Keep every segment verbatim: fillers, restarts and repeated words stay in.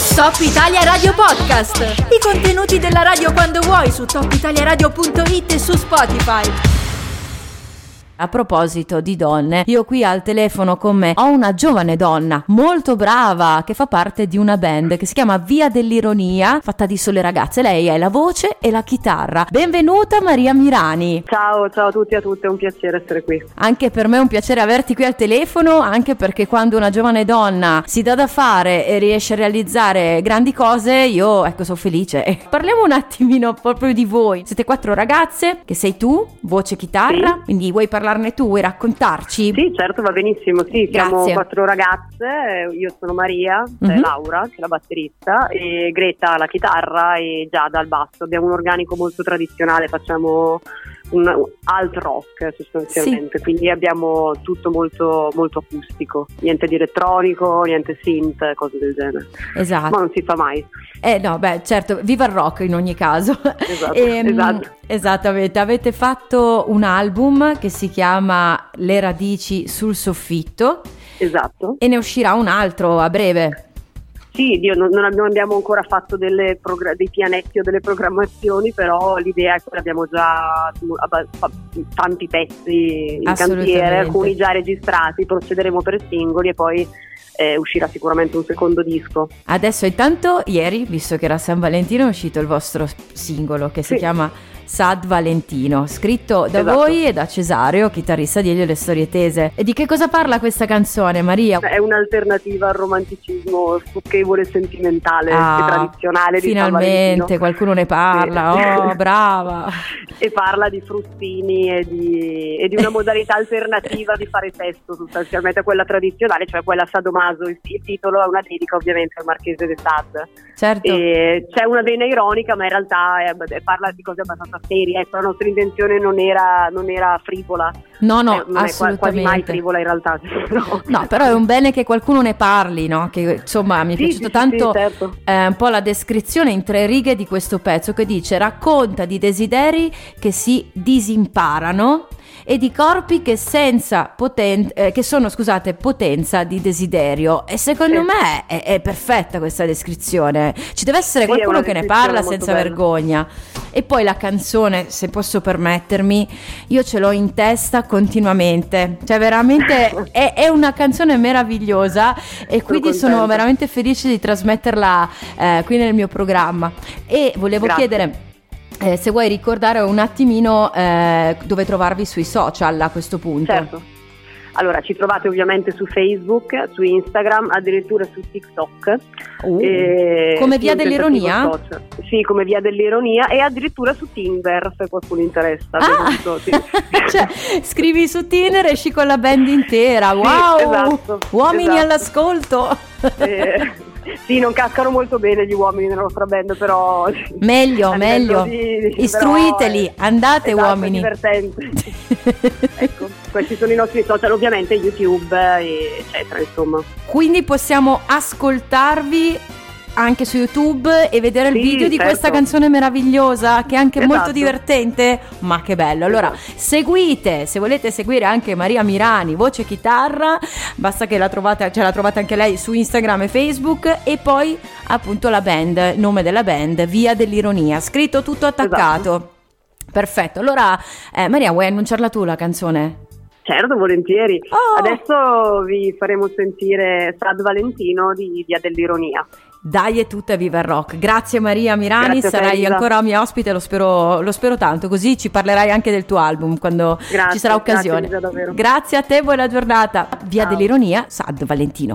Top Italia Radio Podcast. I contenuti della radio quando vuoi su top italia radio punto it e su Spotify. A proposito di donne, io qui al telefono con me ho una giovane donna molto brava che fa parte di una band che si chiama Via dell'Ironia, fatta di sole ragazze. Lei è la voce e la chitarra. Benvenuta Maria Mirani. Ciao, ciao a tutti e a tutte, è un piacere essere qui. Anche per me è un piacere averti qui al telefono, anche perché quando una giovane donna si dà da fare e riesce a realizzare grandi cose, io ecco sono felice. Parliamo un attimino proprio di voi. Siete quattro ragazze, che sei tu, voce chitarra, sì. Quindi vuoi parlare tu, vuoi raccontarci? Sì, certo, va benissimo. Sì, siamo Grazie. quattro ragazze, io sono Maria, mm-hmm. eh, Laura, che è la batterista, e Greta la chitarra e Giada al basso. Abbiamo un organico molto tradizionale, facciamo un alt rock sostanzialmente, sì. Quindi abbiamo tutto molto molto acustico, niente di elettronico, niente synth, cose del genere. Esatto. Ma non si fa mai. Eh no, beh, certo, viva il rock in ogni caso. Esatto, e, esatto. Esattamente, avete fatto un album che si chiama Le radici sul soffitto. Esatto. E ne uscirà un altro a breve. Sì, Dio, non, non abbiamo ancora fatto delle progr- dei pianetti o delle programmazioni, però l'idea è che abbiamo già tanti pezzi in cantiere, alcuni già registrati, procederemo per singoli e poi eh, uscirà sicuramente un secondo disco. Adesso intanto ieri, visto che era San Valentino, è uscito il vostro singolo che si sì. chiama Sad Valentino, scritto da esatto. voi e da Cesario, chitarrista di Elio e le Storie Tese. E di che cosa parla questa canzone, Maria? È un'alternativa al romanticismo stucchevole e sentimentale ah, e tradizionale di finalmente qualcuno ne parla, sì. Oh brava! E parla di frustini e di, e di una modalità alternativa di fare testo sostanzialmente a quella tradizionale, cioè quella sadomaso. Il, il titolo è una dedica ovviamente al Marchese de Sade. Certo. E c'è una vena ironica, ma in realtà è, è, parla di cose abbastanza serie, ecco, la nostra intenzione non era, non era frivola. No, no, eh, non assolutamente. è quasi mai frivola in realtà. No. no, però è un bene che qualcuno ne parli, no? Che insomma mi è sì, piaciuto sì, tanto sì, certo. eh, un po' la descrizione in tre righe di questo pezzo che dice: racconta di desideri che si disimparano e di corpi che senza poten- eh, che sono scusate potenza di desiderio. E secondo sì. me è, è perfetta questa descrizione. Ci deve essere sì, qualcuno che ne parla senza bella. vergogna. E poi la canzone, se posso permettermi, io ce l'ho in testa continuamente, cioè veramente è, è una canzone meravigliosa e quindi sono, sono veramente felice di trasmetterla eh, qui nel mio programma. E volevo Grazie. chiedere Eh, se vuoi ricordare un attimino eh, dove trovarvi sui social a questo punto. Certo. Allora, ci trovate ovviamente su Facebook, su Instagram, addirittura su TikTok. Uh, e come Via dell'Ironia? Sì, come Via dell'Ironia e addirittura su Tinder, se qualcuno interessa. Ah! Detto, sì. Cioè, scrivi su Tinder e esci con la band intera. Wow! Sì, esatto, uomini esatto. all'ascolto. Eh. Sì, non cascano molto bene gli uomini nella nostra band, però meglio, meglio di, di, istruiteli, però, andate esatto, uomini. È divertente. Ecco, questi sono i nostri social, ovviamente YouTube eccetera, insomma. Quindi possiamo ascoltarvi anche su YouTube e vedere sì, il video di certo. questa canzone meravigliosa che è anche esatto. molto divertente, ma che bello. Allora esatto. seguite, se volete seguire anche Maria Mirani, voce chitarra, basta che la trovate, cioè la trovate anche lei su Instagram e Facebook, e poi appunto la band, nome della band Via dell'Ironia, scritto tutto attaccato. Esatto. Perfetto. Allora eh, Maria, vuoi annunciarla tu la canzone? Certo, volentieri. Oh. Adesso vi faremo sentire Sad Valentino di Via dell'Ironia. Dai e tutta viva il rock. Grazie Maria Mirani, grazie, sarai Felisa. ancora mia ospite, lo spero, lo spero tanto, così ci parlerai anche del tuo album quando grazie, ci sarà occasione. Grazie, davvero. Grazie a te, buona giornata. Via Ciao. dell'Ironia, Sad Valentino.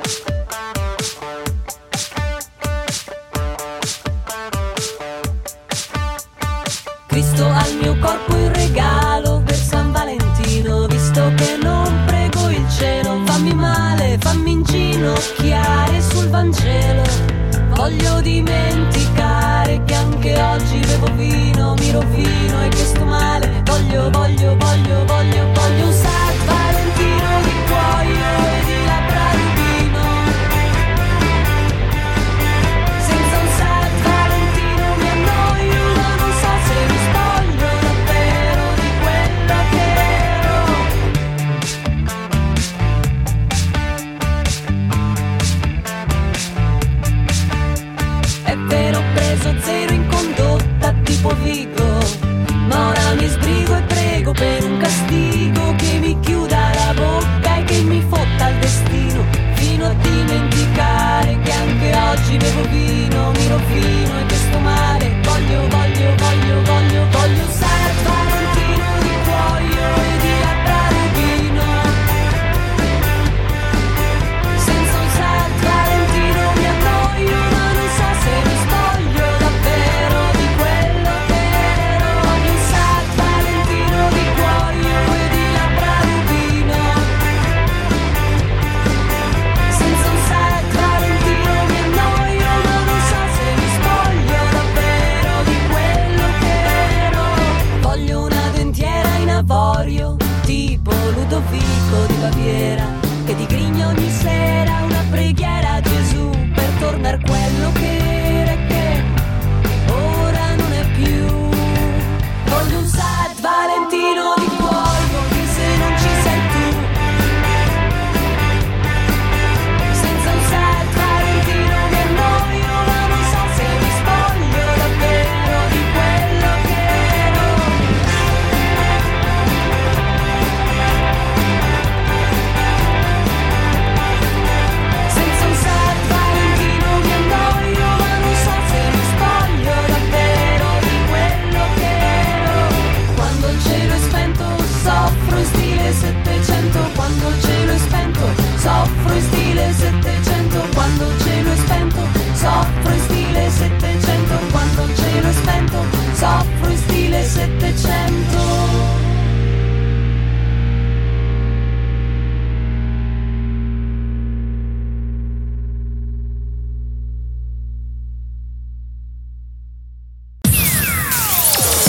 Cristo al mio corpo in regalo per San Valentino, visto che non prego il cielo, fammi male, fammi inginocchiare sul Vangelo. Voglio dimenticare che anche oggi bevo vino, mi rovino e che sto male. Voglio, voglio, voglio, voglio, voglio un San Valentino di cuoio e di labbra di vino. Senza un San Valentino mi annoio, ma non so se mi spoglio davvero di quello che ero.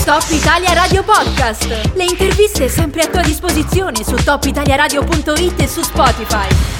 Top Italia Radio Podcast. Le interviste sempre a tua disposizione su top italia radio punto it e su Spotify.